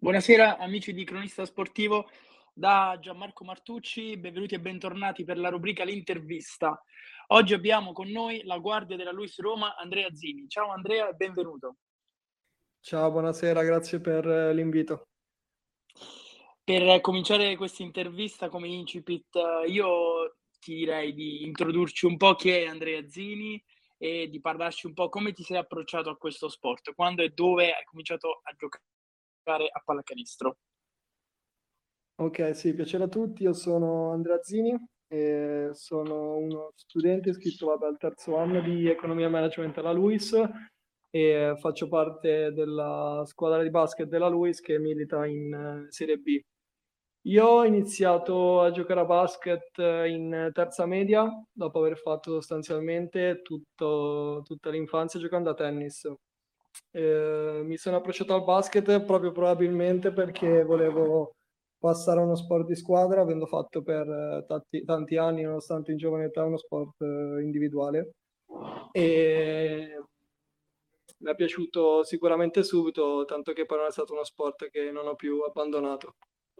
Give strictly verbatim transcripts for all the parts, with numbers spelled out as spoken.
Buonasera amici di Cronista Sportivo, da Gianmarco Martucci, benvenuti e bentornati per la rubrica L'intervista. Oggi abbiamo con noi la guardia della Luis Roma, Andrea Zini. Ciao Andrea e benvenuto. Ciao, buonasera, grazie per eh, l'invito. Per cominciare questa intervista come incipit, eh, io ti direi di introdurci un po' chi è Andrea Zini e di parlarci un po' come ti sei approcciato a questo sport, quando e dove hai cominciato a giocare a pallacanestro. Ok, sì, piacere a tutti, io sono Andrea Zini e sono uno studente iscritto vabbè, al terzo anno di Economia e Management alla LUIS e faccio parte della squadra di basket della LUIS che milita in eh, Serie B. Io ho iniziato a giocare a basket eh, in terza media, dopo aver fatto sostanzialmente tutto- tutta l'infanzia giocando a tennis. Eh, mi sono approcciato al basket proprio probabilmente perché volevo passare a uno sport di squadra, avendo fatto per eh, tanti, tanti anni, nonostante in giovane età, uno sport eh, individuale. E mi è piaciuto sicuramente subito, tanto che poi non è stato uno sport che non ho più abbandonato.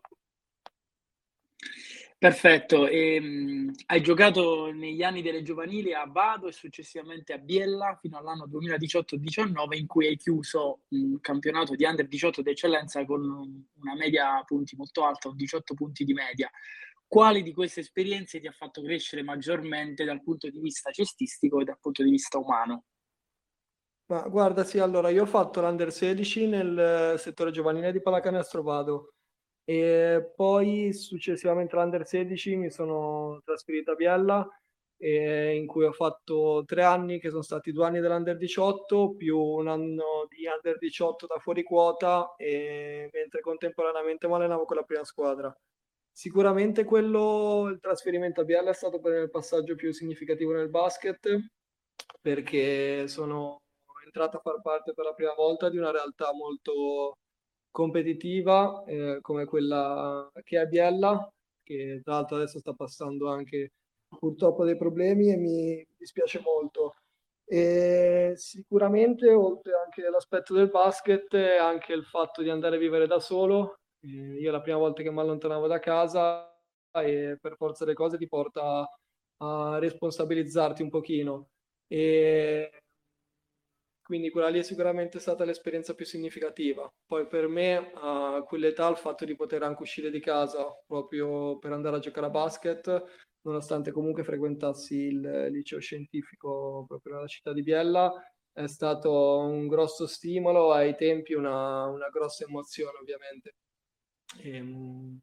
Perfetto, ehm, hai giocato negli anni delle giovanili a Vado e successivamente a Biella fino all'anno duemiladiciotto diciannove in cui hai chiuso un campionato di under diciotto d'eccellenza con un- una media punti molto alta, un diciotto punti di media. Quali di queste esperienze ti ha fatto crescere maggiormente dal punto di vista cestistico e dal punto di vista umano? Ma guarda, sì, allora io ho fatto l'Under sedici nel eh, settore giovanile di pallacanestro Vado e poi successivamente all'Under sedici mi sono trasferito a Biella eh, in cui ho fatto tre anni che sono stati due anni dell'Under diciotto più un anno di Under diciotto da fuori quota e mentre contemporaneamente mi allenavo con la prima squadra. Sicuramente quello, il trasferimento a Biella è stato per me il passaggio più significativo nel basket perché sono entrato a far parte per la prima volta di una realtà molto competitiva eh, come quella che è Biella, che tra l'altro adesso sta passando anche purtroppo dei problemi e mi dispiace molto. E sicuramente, oltre anche all'aspetto del basket, è anche il fatto di andare a vivere da solo. Eh, io è la prima volta che mi allontanavo da casa e per forza delle cose ti porta a responsabilizzarti un pochino. E quindi quella lì è sicuramente stata l'esperienza più significativa. Poi per me, a quell'età, il fatto di poter anche uscire di casa proprio per andare a giocare a basket, nonostante comunque frequentassi il liceo scientifico proprio nella città di Biella, è stato un grosso stimolo, ai tempi una, una grossa emozione ovviamente. Ehm,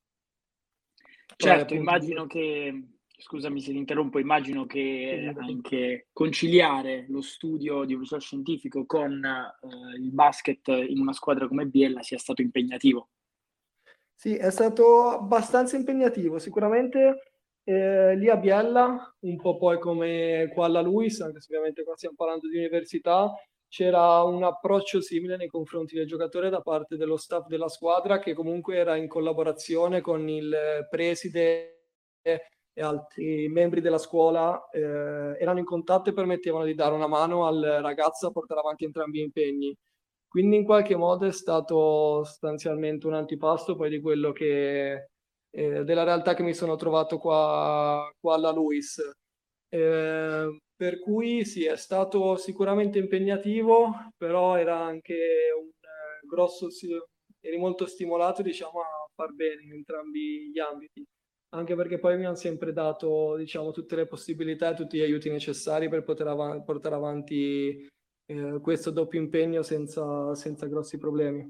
poi Certo, appunto di immagino che, scusami se ti interrompo, immagino che questo. anche conciliare lo studio di un liceo scientifico con eh, il basket in una squadra come Biella sia stato impegnativo. Sì, è stato abbastanza impegnativo, sicuramente eh, lì a Biella, un po' poi come qua alla Luis, anche se ovviamente qua stiamo parlando di università, c'era un approccio simile nei confronti del giocatore da parte dello staff della squadra che comunque era in collaborazione con il preside e altri membri della scuola, eh, erano in contatto e permettevano di dare una mano al ragazzo a portare avanti entrambi gli impegni. Quindi in qualche modo è stato sostanzialmente un antipasto poi di quello che, eh, della realtà che mi sono trovato qua, qua alla LUIS. Eh, per cui sì, è stato sicuramente impegnativo, però era anche un eh, grosso, si- eri molto stimolato, diciamo, a far bene in entrambi gli ambiti, anche perché poi mi hanno sempre dato, diciamo, tutte le possibilità e tutti gli aiuti necessari per poter avan- portare avanti eh, questo doppio impegno senza, senza grossi problemi.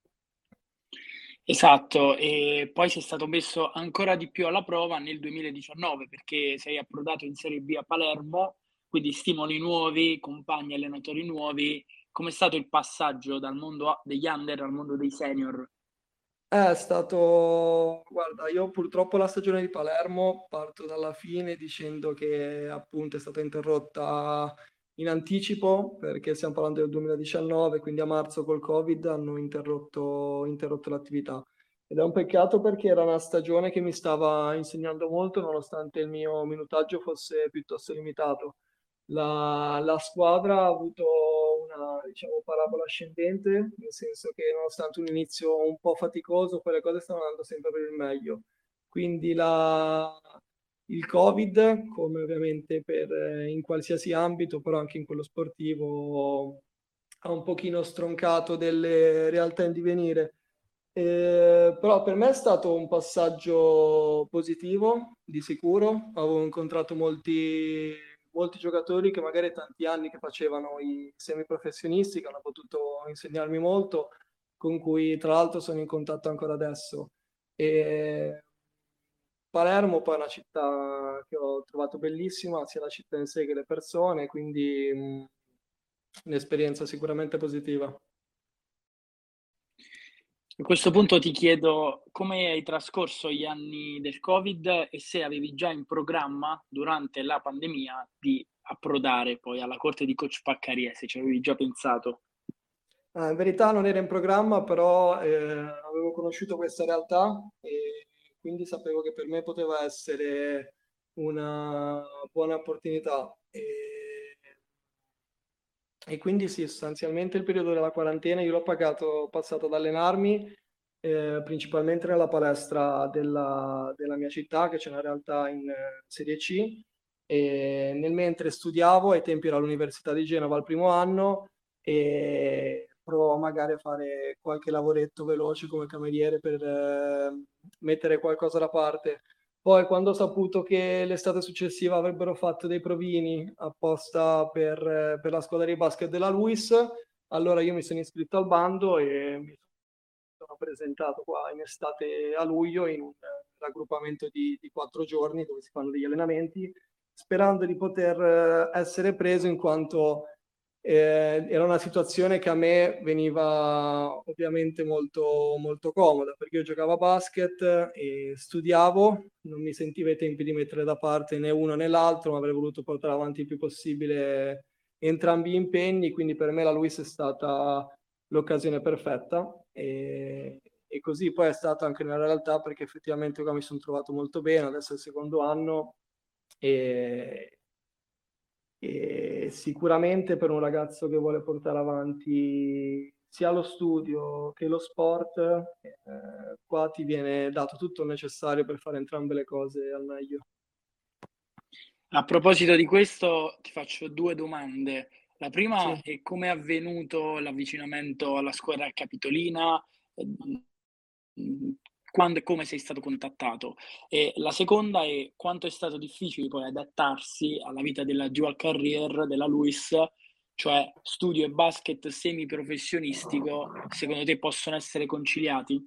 Esatto, e poi sei stato messo ancora di più alla prova nel duemiladiciannove perché sei approdato in Serie B a Palermo, quindi stimoli nuovi, compagni allenatori nuovi. Com'è stato il passaggio dal mondo a- degli under al mondo dei senior? È stato, guarda, io purtroppo la stagione di Palermo parto dalla fine dicendo che appunto è stata interrotta in anticipo perché stiamo parlando del duemiladiciannove, quindi a marzo col Covid hanno interrotto, interrotto l'attività. Ed è un peccato perché era una stagione che mi stava insegnando molto nonostante il mio minutaggio fosse piuttosto limitato. La, la squadra ha avuto una, diciamo, parabola ascendente, nel senso che nonostante un inizio un po' faticoso, poi le cose stanno andando sempre per il meglio. Quindi la, il Covid, come ovviamente per, eh, in qualsiasi ambito, però anche in quello sportivo, ha un pochino stroncato delle realtà in divenire. Eh, però per me è stato un passaggio positivo, di sicuro. Avevo incontrato molti, molti giocatori che magari tanti anni che facevano i semiprofessionisti, che hanno potuto insegnarmi molto, con cui tra l'altro sono in contatto ancora adesso. E Palermo poi è una città che ho trovato bellissima, sia la città in sé che le persone, quindi mh, un'esperienza sicuramente positiva. A questo punto ti chiedo come hai trascorso gli anni del Covid e se avevi già in programma, durante la pandemia, di approdare poi alla corte di coach Paccaria, se ci avevi già pensato. Ah, in verità non era in programma, però eh, avevo conosciuto questa realtà e quindi sapevo che per me poteva essere una buona opportunità. E, e quindi sì, sostanzialmente il periodo della quarantena io l'ho pagato, passato ad allenarmi eh, principalmente nella palestra della, della mia città, che c'è una realtà in eh, Serie C, e nel mentre studiavo, ai tempi era all'Università di Genova al primo anno, e provavo magari a fare qualche lavoretto veloce come cameriere per eh, mettere qualcosa da parte. Poi, quando ho saputo che l'estate successiva avrebbero fatto dei provini apposta per, eh, per la squadra di basket della LUIS, allora io mi sono iscritto al bando e mi sono presentato qua in estate a luglio in un eh, raggruppamento di, di quattro giorni dove si fanno degli allenamenti, sperando di poter eh, essere preso in quanto eh, era una situazione che a me veniva ovviamente molto, molto comoda, perché io giocavo a basket e studiavo, non mi sentivo ai tempi di mettere da parte né uno né l'altro, ma avrei voluto portare avanti il più possibile entrambi gli impegni, quindi per me la Luis è stata l'occasione perfetta e, e così poi è stato anche nella realtà, perché effettivamente qua mi sono trovato molto bene, adesso è il secondo anno e, e sicuramente per un ragazzo che vuole portare avanti sia lo studio che lo sport, eh, qua ti viene dato tutto il necessario per fare entrambe le cose al meglio. A proposito di questo, ti faccio due domande. La Sì. prima è come è avvenuto l'avvicinamento alla squadra capitolina, mm, quando e come sei stato contattato. E la seconda è quanto è stato difficile poi adattarsi alla vita della dual career della LUIS, cioè studio e basket semiprofessionistico, secondo te possono essere conciliati?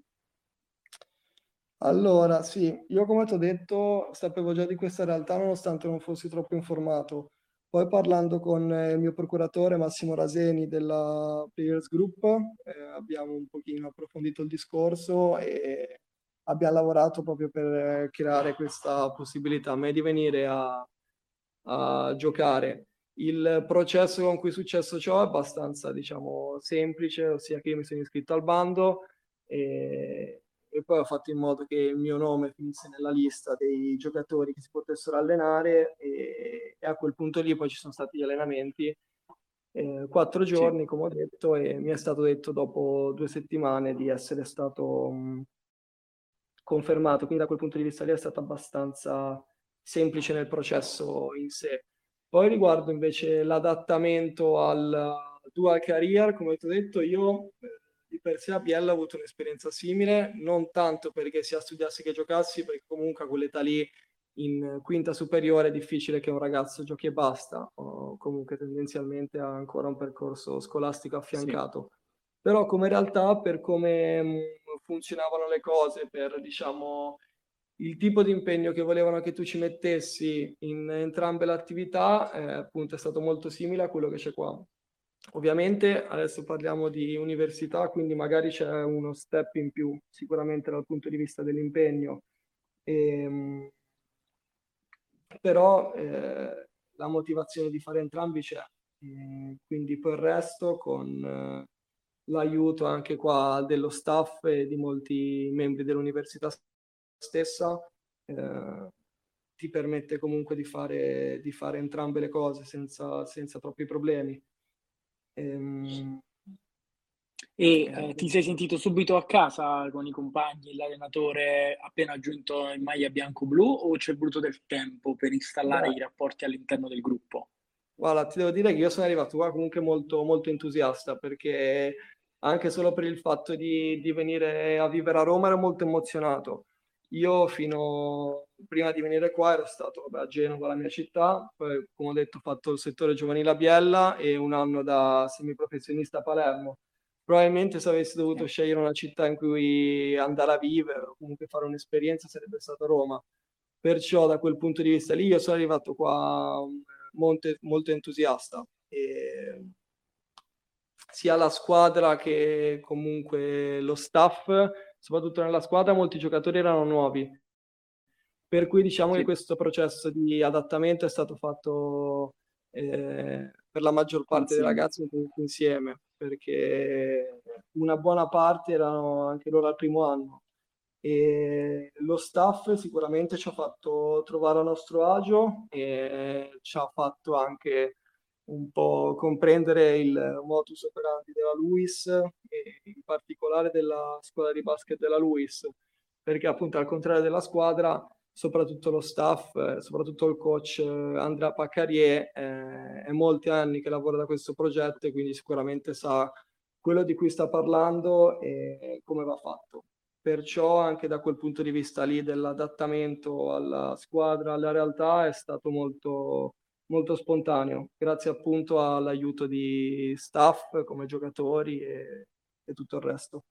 Allora, sì, io come ti ho detto sapevo già di questa realtà nonostante non fossi troppo informato. Poi parlando con eh, il mio procuratore Massimo Raseni della Players Group, eh, abbiamo un pochino approfondito il discorso e abbiamo lavorato proprio per eh, creare questa possibilità a me di venire a, a giocare. Il processo con cui è successo ciò è abbastanza, diciamo, semplice, ossia che io mi sono iscritto al bando e, e poi ho fatto in modo che il mio nome finisse nella lista dei giocatori che si potessero allenare e, e a quel punto lì poi ci sono stati gli allenamenti, eh, quattro Sì. giorni come ho detto, e mi è stato detto dopo due settimane di essere stato mh, confermato, quindi da quel punto di vista lì è stato abbastanza semplice nel processo in sé. Poi riguardo invece l'adattamento al dual career, come ti ho detto, io eh, di per sé a Biella ho avuto un'esperienza simile, non tanto perché sia studiassi che giocassi, perché comunque a quell'età lì in quinta superiore è difficile che un ragazzo giochi e basta, o comunque tendenzialmente ha ancora un percorso scolastico Sì. affiancato. Però come realtà, per come mh, funzionavano le cose, per diciamo il tipo di impegno che volevano che tu ci mettessi in entrambe le attività, eh, appunto è stato molto simile a quello che c'è qua. Ovviamente adesso parliamo di università, quindi magari c'è uno step in più, sicuramente dal punto di vista dell'impegno. Ehm, Però eh, la motivazione di fare entrambi c'è. Mm, quindi poi il resto con eh, l'aiuto anche qua dello staff e di molti membri dell'università stessa, eh, ti permette comunque di fare, di fare entrambe le cose senza, senza troppi problemi. Ehm, E eh, eh, ti sei sentito subito a casa con i compagni, l'allenatore appena aggiunto in maglia bianco-blu o ci è voluto del tempo per installare beh, i rapporti all'interno del gruppo? guarda, ti devo dire che io sono arrivato qua comunque molto, molto entusiasta perché anche solo per il fatto di, di venire a vivere a Roma ero molto emozionato. Io fino prima di venire qua ero stato vabbè, a Genova, la mia città, poi come ho detto ho fatto il settore giovanile a Biella e un anno da semiprofessionista a Palermo. Probabilmente se avessi dovuto Sì. scegliere una città in cui andare a vivere o comunque fare un'esperienza sarebbe stata Roma. Perciò da quel punto di vista lì io sono arrivato qua um, molto, molto entusiasta. E sia la squadra che comunque lo staff, soprattutto nella squadra, molti giocatori erano nuovi. Per cui diciamo che Sì, questo processo di adattamento è stato fatto eh, per la maggior parte dei insieme. ragazzi comunque insieme, perché una buona parte erano anche loro al primo anno. E lo staff sicuramente ci ha fatto trovare a nostro agio e ci ha fatto anche un po' comprendere il modus operandi della LUIS e in particolare della scuola di basket della LUIS, perché appunto al contrario della squadra, soprattutto lo staff, eh, soprattutto il coach eh, Andrea Paccarie, eh, è molti anni che lavora da questo progetto e quindi sicuramente sa quello di cui sta parlando e come va fatto. Perciò anche da quel punto di vista lì dell'adattamento alla squadra, alla realtà, è stato molto, molto spontaneo, grazie appunto all'aiuto di staff come giocatori e, e tutto il resto.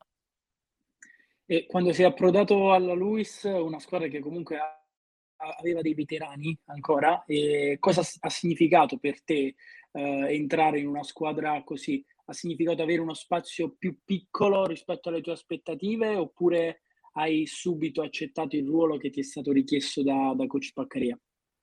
E quando sei approdato alla Luis, una squadra che comunque ha- aveva dei veterani ancora, e cosa s- ha significato per te eh, entrare in una squadra così? Ha significato avere uno spazio più piccolo rispetto alle tue aspettative oppure hai subito accettato il ruolo che ti è stato richiesto da, da coach Paccaria?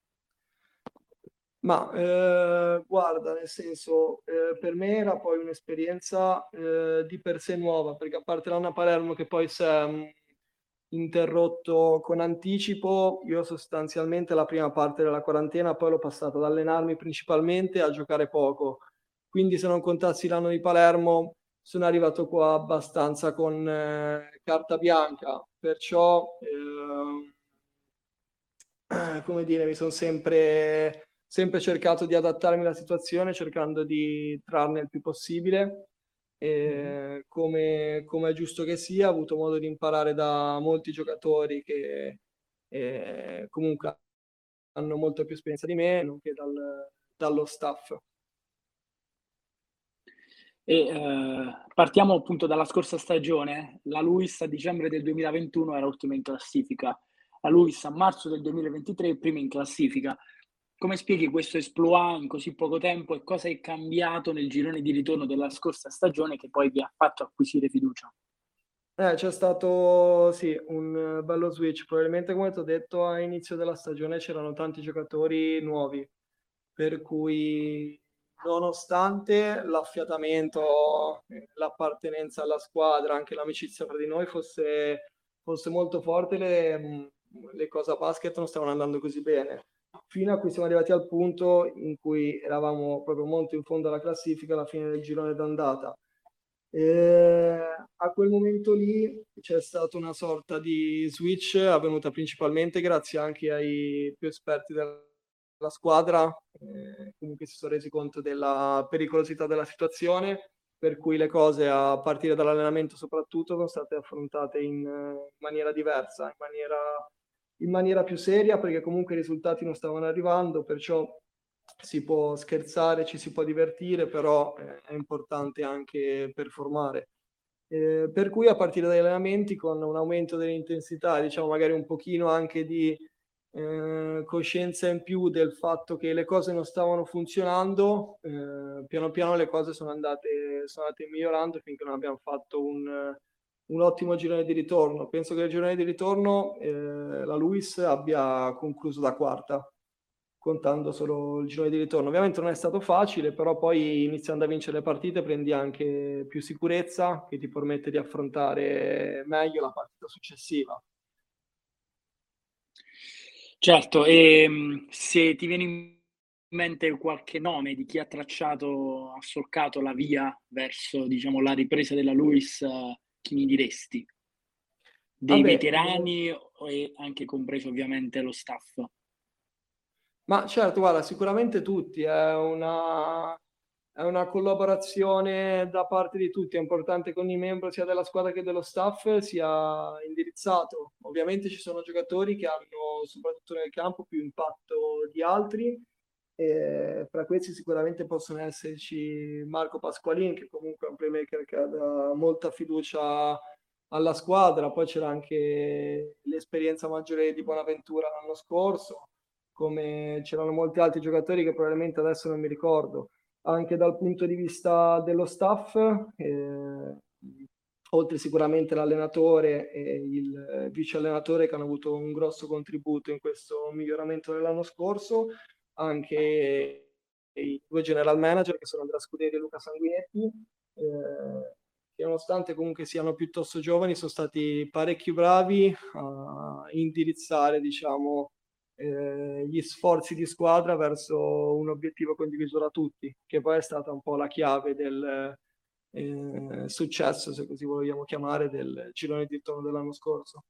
Ma eh, guarda, nel senso, eh, per me era poi un'esperienza eh, di per sé nuova, perché a parte l'anno a Palermo che poi si è mh, interrotto con anticipo, io sostanzialmente la prima parte della quarantena poi l'ho passata ad allenarmi principalmente e a giocare poco. Quindi se non contassi l'anno di Palermo, sono arrivato qua abbastanza con eh, carta bianca, perciò, eh, come dire, mi sono sempre, sempre cercato di adattarmi alla situazione, cercando di trarne il più possibile. Mhm. E come, come è giusto che sia, ho avuto modo di imparare da molti giocatori che eh, comunque hanno molta più esperienza di me, nonché dal- dallo staff. E eh, partiamo appunto dalla scorsa stagione. La Luis a dicembre del duemilaventuno era ultima in classifica, la Luis a marzo del duemilaventitré prima in classifica. Come spieghi questo exploit in così poco tempo e cosa è cambiato nel girone di ritorno della scorsa stagione che poi vi ha fatto acquisire fiducia? Eh, c'è stato sì, un eh, bello switch. Probabilmente, come ti ho detto, a inizio della stagione c'erano tanti giocatori nuovi, per cui nonostante l'affiatamento, eh, l'appartenenza alla squadra, anche l'amicizia fra di noi fosse, fosse molto forte, le, mh, le cose a basket non stavano andando così bene. Fino a cui siamo arrivati al punto in cui eravamo proprio molto in fondo alla classifica alla fine del girone d'andata. E a quel momento lì c'è stata una sorta di switch avvenuta principalmente grazie anche ai più esperti della squadra, eh, comunque si sono resi conto della pericolosità della situazione, per cui le cose a partire dall'allenamento soprattutto sono state affrontate in eh, maniera diversa, in maniera, in maniera più seria, perché comunque i risultati non stavano arrivando, perciò si può scherzare, ci si può divertire, però eh, è importante anche performare. Eh, per cui a partire dagli allenamenti con un aumento dell'intensità, diciamo magari un pochino anche di eh, coscienza in più del fatto che le cose non stavano funzionando, eh, piano piano le cose sono andate, sono andate migliorando finché non abbiamo fatto un, un ottimo girone di ritorno. Penso che il girone di ritorno eh, la Luis abbia concluso da quarta, contando solo il girone di ritorno. Ovviamente non è stato facile, però poi iniziando a vincere le partite prendi anche più sicurezza che ti permette di affrontare meglio la partita successiva. Certo, e mh, se ti viene in mente qualche nome di chi ha tracciato, ha solcato la via verso, diciamo, la ripresa della Lewis, eh, chi mi diresti? Dei Vabbè, eh, veterani o- e anche compreso ovviamente lo staff? ma certo, guarda, sicuramente tutti, è una, è una collaborazione da parte di tutti, è importante che ogni membro sia della squadra che dello staff sia indirizzato. Ovviamente ci sono giocatori che hanno, soprattutto nel campo, più impatto di altri, e fra questi sicuramente possono esserci Marco Pasqualin, che comunque è un playmaker che dà molta fiducia alla squadra, poi c'era anche l'esperienza maggiore di Bonaventura l'anno scorso, come c'erano molti altri giocatori che probabilmente adesso non mi ricordo. Anche dal punto di vista dello staff, eh, oltre sicuramente l'allenatore e il vice allenatore che hanno avuto un grosso contributo in questo miglioramento dell'anno scorso, anche i due general manager che sono Andrea Scuderi e Luca Sanguinetti, eh, che nonostante comunque siano piuttosto giovani, sono stati parecchio bravi a indirizzare, diciamo, eh, gli sforzi di squadra verso un obiettivo condiviso da tutti, che poi è stata un po' la chiave del eh, successo, se così vogliamo chiamare, del girone di ritorno dell'anno scorso.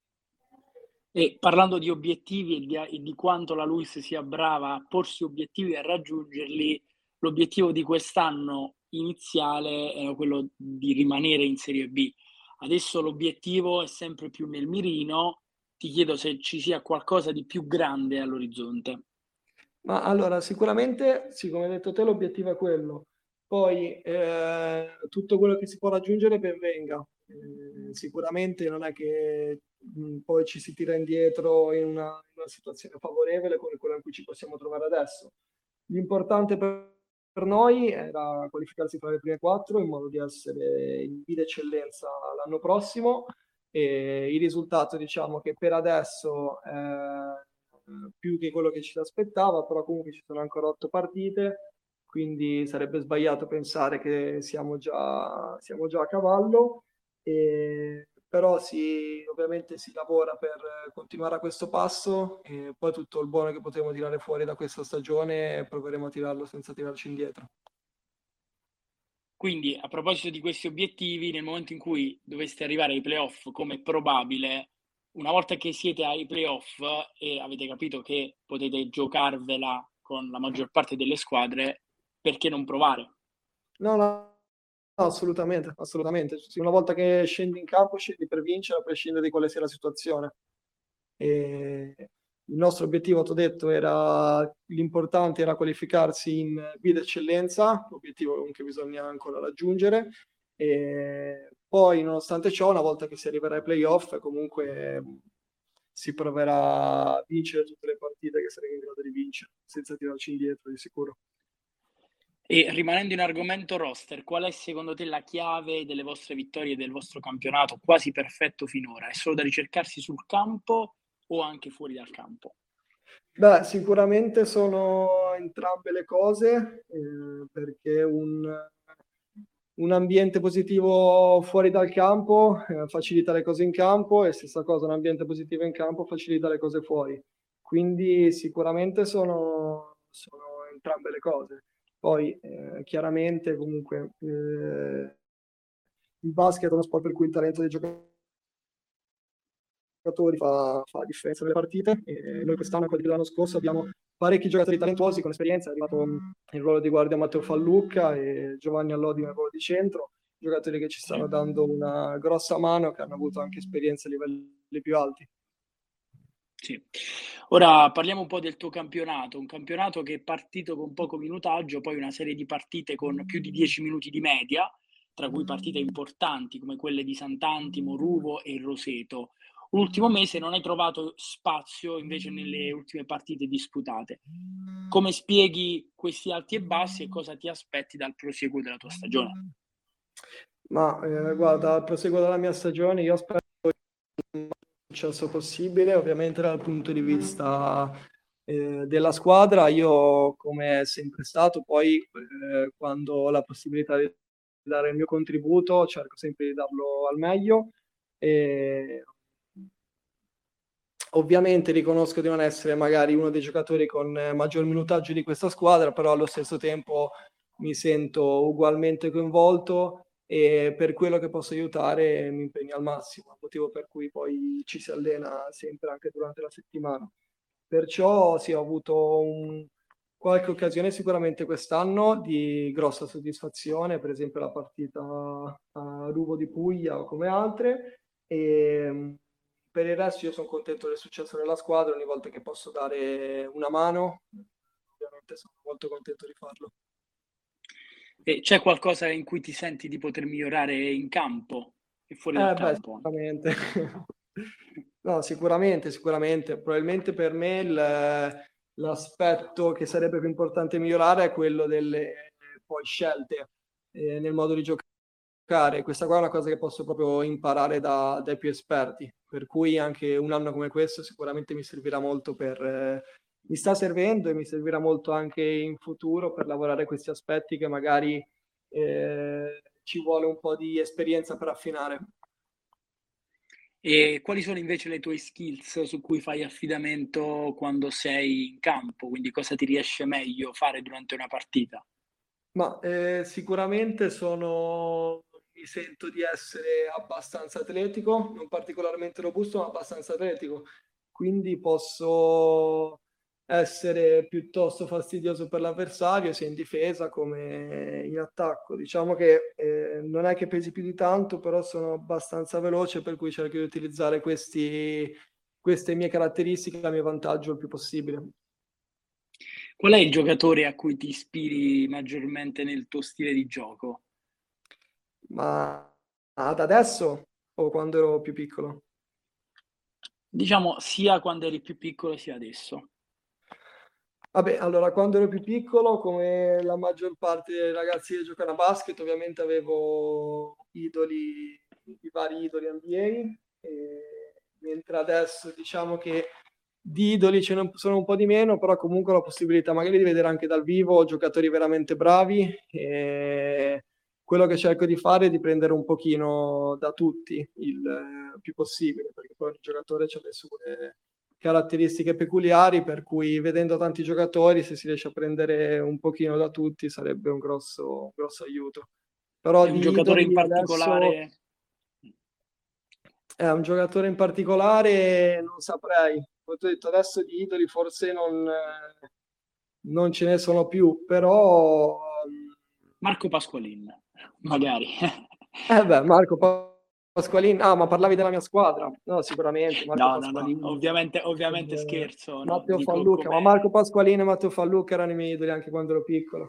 E parlando di obiettivi e di, e di quanto la Luis sia brava a porsi obiettivi e a raggiungerli, l'obiettivo di quest'anno iniziale era quello di rimanere in Serie B. Adesso l'obiettivo è sempre più nel mirino. Ti chiedo se ci sia qualcosa di più grande all'orizzonte. Ma allora, sicuramente, sì, come hai detto te, l'obiettivo è quello. Poi eh, tutto quello che si può raggiungere ben venga. Eh, sicuramente non è che mh, poi ci si tira indietro in una, in una situazione favorevole come quella in cui ci possiamo trovare adesso. L'importante per, per noi era qualificarsi tra le prime quattro in modo di essere in via d'eccellenza l'anno prossimo e il risultato, diciamo che per adesso è più che quello che ci si aspettava, però comunque ci sono ancora otto partite, quindi sarebbe sbagliato pensare che siamo già, siamo già a cavallo, e, però si, ovviamente si lavora per continuare a questo passo e poi tutto il buono che potremo tirare fuori da questa stagione proveremo a tirarlo senza tirarci indietro. Quindi, a proposito di questi obiettivi, nel momento in cui doveste arrivare ai playoff, come è probabile, una volta che siete ai playoff e avete capito che potete giocarvela con la maggior parte delle squadre, perché non provare? No, no, no, assolutamente, assolutamente. Sì, una volta che scendi in campo, scendi per vincere, a prescindere di quale sia la situazione. E il nostro obiettivo, ti ho detto, era l'importante era qualificarsi in B d'eccellenza, obiettivo che bisogna ancora raggiungere. E poi, nonostante ciò, una volta che si arriverà ai playoff, comunque si proverà a vincere tutte le partite che saremo in grado di vincere, senza tirarci indietro di sicuro. E rimanendo in argomento roster, qual è secondo te la chiave delle vostre vittorie e del vostro campionato quasi perfetto finora? È solo da ricercarsi sul campo o anche fuori dal campo? Beh, sicuramente sono entrambe le cose, eh, perché un, un ambiente positivo fuori dal campo eh, facilita le cose in campo e stessa cosa, un ambiente positivo in campo facilita le cose fuori. Quindi sicuramente sono, sono entrambe le cose. Poi eh, chiaramente comunque eh, il basket è uno sport per cui il talento dei giocatori giocatori fa, fa la differenza nelle partite. E noi quest'anno, come l'anno scorso, abbiamo parecchi giocatori talentuosi con esperienza. È arrivato il ruolo di guardia Matteo Fallucca e Giovanni Allodi nel ruolo di centro, giocatori che ci stanno dando una grossa mano, che hanno avuto anche esperienze a livelli più alti. Sì. Ora parliamo un po' del tuo campionato, un campionato che è partito con poco minutaggio, poi una serie di partite con più di dieci minuti di media, tra cui partite importanti come quelle di Sant'Antimo, Ruvo e Roseto. L'ultimo mese non hai trovato spazio invece nelle ultime partite disputate. Come spieghi questi alti e bassi e cosa ti aspetti dal proseguo della tua stagione? Ma eh, guarda, al proseguo della mia stagione io aspetto il successo possibile, ovviamente dal punto di vista eh, della squadra. Io, come è sempre stato, poi eh, quando ho la possibilità di dare il mio contributo, cerco sempre di darlo al meglio. E ovviamente riconosco di non essere magari uno dei giocatori con maggior minutaggio di questa squadra, però allo stesso tempo mi sento ugualmente coinvolto e per quello che posso aiutare mi impegno al massimo, motivo per cui poi ci si allena sempre anche durante la settimana. Perciò sì, ho avuto un- qualche occasione sicuramente quest'anno di grossa soddisfazione, per esempio la partita a Ruvo di Puglia o come altre, e mh, per il resto io sono contento del successo della squadra ogni volta che posso dare una mano, ovviamente sono molto contento di farlo. E c'è qualcosa in cui ti senti di poter migliorare in campo e fuori dal Eh beh, campo anche? sicuramente. No, sicuramente, sicuramente. Probabilmente per me il- l'aspetto che sarebbe più importante migliorare è quello delle poi scelte eh, nel modo di giocare. Questa qua è una cosa che posso proprio imparare da- dai più esperti, per cui anche un anno come questo sicuramente mi servirà molto per... eh, mi sta servendo e mi servirà molto anche in futuro per lavorare questi aspetti che magari eh, ci vuole un po' di esperienza per affinare. E quali sono invece le tue skills su cui fai affidamento quando sei in campo? Quindi cosa ti riesce meglio fare durante una partita? Ma eh, sicuramente sono, mi sento di essere abbastanza atletico, non particolarmente robusto, ma abbastanza atletico. Quindi posso essere piuttosto fastidioso per l'avversario, sia in difesa come in attacco. Diciamo che eh, non è che pesi più di tanto, però sono abbastanza veloce, per cui cerco di utilizzare questi- queste mie caratteristiche a mio vantaggio il più possibile. Qual è il giocatore a cui ti ispiri maggiormente nel tuo stile di gioco? Ma ad adesso o quando ero più piccolo? Diciamo sia quando eri più piccolo sia adesso. Vabbè, allora quando ero più piccolo, come la maggior parte dei ragazzi che giocano a basket, ovviamente avevo idoli, i vari idoli N B A, e mentre adesso diciamo che di idoli ce ne sono un po' di meno, però comunque ho la possibilità magari di vedere anche dal vivo giocatori veramente bravi e quello che cerco di fare è di prendere un pochino da tutti il eh, più possibile, perché poi ogni giocatore ha le sue caratteristiche peculiari, per cui vedendo tanti giocatori, se si riesce a prendere un pochino da tutti, sarebbe un grosso, un grosso aiuto. Però È un di giocatore in idoli adesso particolare? è un giocatore in particolare, non saprei. Come ti ho detto, adesso di idoli forse non, eh, non ce ne sono più, però Marco Pasqualin, magari. eh beh, Marco Pasqualini, ah, ma parlavi della mia squadra? No, sicuramente, Marco No, no, no, Pasqualini, ovviamente, ovviamente eh, scherzo, no? Matteo Dico Fallucca, ma come... Marco Pasqualini e Matteo Fallucca erano i miei idoli anche quando ero piccolo.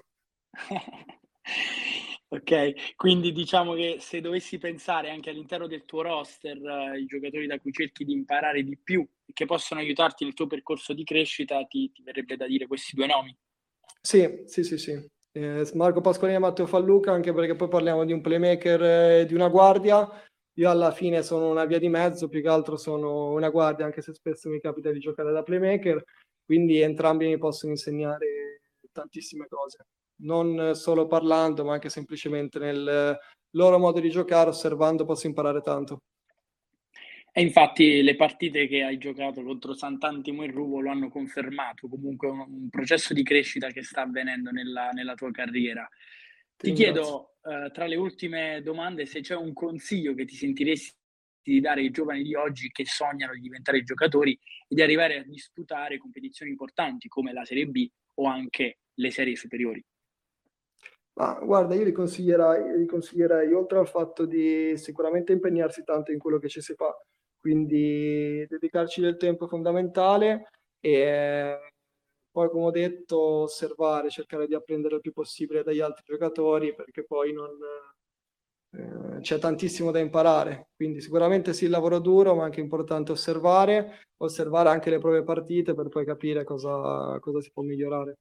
Ok, quindi diciamo che se dovessi pensare anche all'interno del tuo roster, eh, i giocatori da cui cerchi di imparare di più e che possono aiutarti nel tuo percorso di crescita, ti, ti verrebbe da dire questi due nomi. Sì, sì, sì, sì. Eh, Marco Pasqualini e Matteo Fallucca, anche perché poi parliamo di un playmaker e di una guardia. Io alla fine sono una via di mezzo, più che altro sono una guardia, anche se spesso mi capita di giocare da playmaker, quindi entrambi mi possono insegnare tantissime cose, non solo parlando, ma anche semplicemente nel loro modo di giocare, osservando posso imparare tanto. E infatti le partite che hai giocato contro Sant'Antimo e Ruvo lo hanno confermato, comunque un, un processo di crescita che sta avvenendo nella, nella tua carriera. Ti Ti ringrazio. chiedo, eh, tra le ultime domande, se c'è un consiglio che ti sentiresti di dare ai giovani di oggi che sognano di diventare giocatori e di arrivare a disputare competizioni importanti come la Serie B o anche le serie superiori. Ma guarda, io gli consiglierei, gli consiglierei, oltre al fatto di sicuramente impegnarsi tanto in quello che ci si fa, quindi dedicarci del tempo è fondamentale e eh, poi, come ho detto, osservare, cercare di apprendere il più possibile dagli altri giocatori, perché poi non, eh, c'è tantissimo da imparare. Quindi sicuramente sì, il lavoro duro, ma anche importante osservare, osservare anche le proprie partite per poi capire cosa cosa si può migliorare.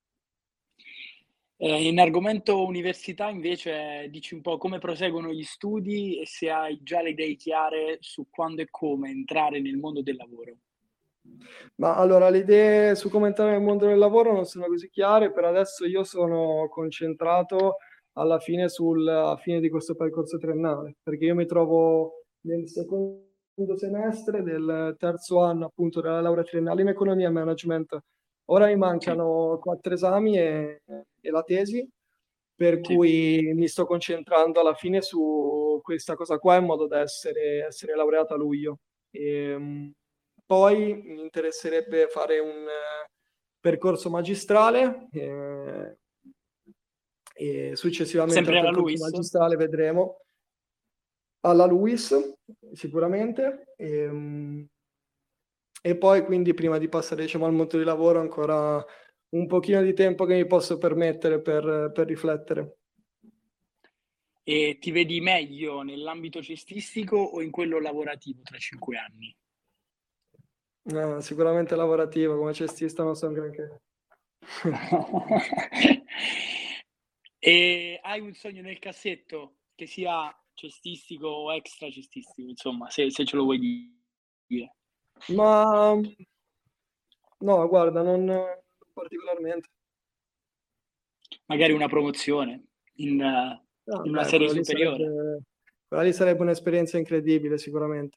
Eh, in argomento università invece dici un po' come proseguono gli studi e se hai già le idee chiare su quando e come entrare nel mondo del lavoro. Ma allora, le idee su come entrare nel mondo del lavoro non sono così chiare, per adesso io sono concentrato alla fine sulla fine di questo percorso triennale, perché io mi trovo nel secondo secondo semestre del terzo anno appunto della laurea triennale in economia e management. Ora mi Ok, mancano quattro esami e, e la tesi, per sì. cui mi sto concentrando alla fine su questa cosa qua in modo da essere, essere laureata a luglio. E, mh, poi mi interesserebbe fare un eh, percorso magistrale eh, e successivamente al Sempre alla percorso Luis? magistrale vedremo alla LUIS sicuramente e, mh, e poi quindi prima di passare diciamo, al mondo di lavoro ancora un pochino di tempo che mi posso permettere per, per riflettere. E ti vedi meglio nell'ambito cestistico o in quello lavorativo tra cinque anni? Eh, sicuramente lavorativo, come cestista non so un granché. E hai un sogno nel cassetto che sia cestistico o extra cestistico, insomma, se, se ce lo vuoi dire. Ma no, guarda, non particolarmente. Magari una promozione in, eh, Ah, in una beh, serie quella lì superiore. sarebbe, quella lì sarebbe un'esperienza incredibile, sicuramente.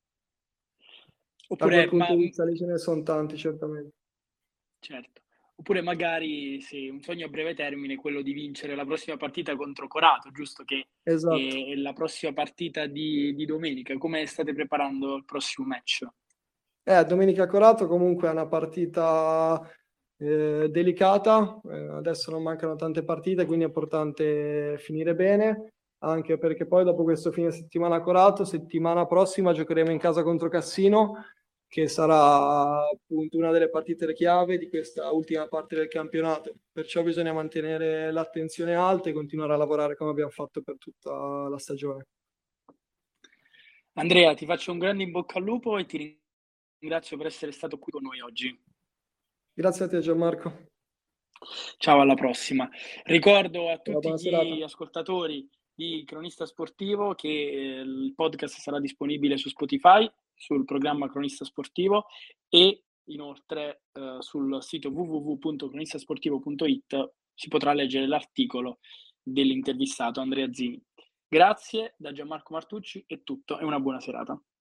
Da quel Oppure, punto ma, di vista lì ce ne sono tanti, certamente. certo. Oppure magari se un sogno a breve termine è quello di vincere la prossima partita contro Corato, giusto che Esatto. è la prossima partita di, di domenica. Come state preparando il prossimo match? Eh, Domenica Corato comunque è una partita eh, delicata, eh, adesso non mancano tante partite, quindi è importante finire bene, anche perché poi dopo questo fine settimana a Corato, settimana prossima giocheremo in casa contro Cassino, che sarà appunto una delle partite chiave di questa ultima parte del campionato. Perciò bisogna mantenere l'attenzione alta e continuare a lavorare come abbiamo fatto per tutta la stagione. Andrea, ti faccio un grande in bocca al lupo e ti ringrazio per essere stato qui con noi oggi. Grazie a te Gianmarco, Ciao, alla prossima. Ricordo a una tutti buona gli serata. ascoltatori di Cronista Sportivo che eh, il podcast sarà disponibile su Spotify, sul programma Cronista Sportivo e inoltre eh, sul sito w w w punto cronistasportivo punto i t si potrà leggere l'articolo dell'intervistato Andrea Zini. Grazie da Gianmarco Martucci, è tutto e una buona serata.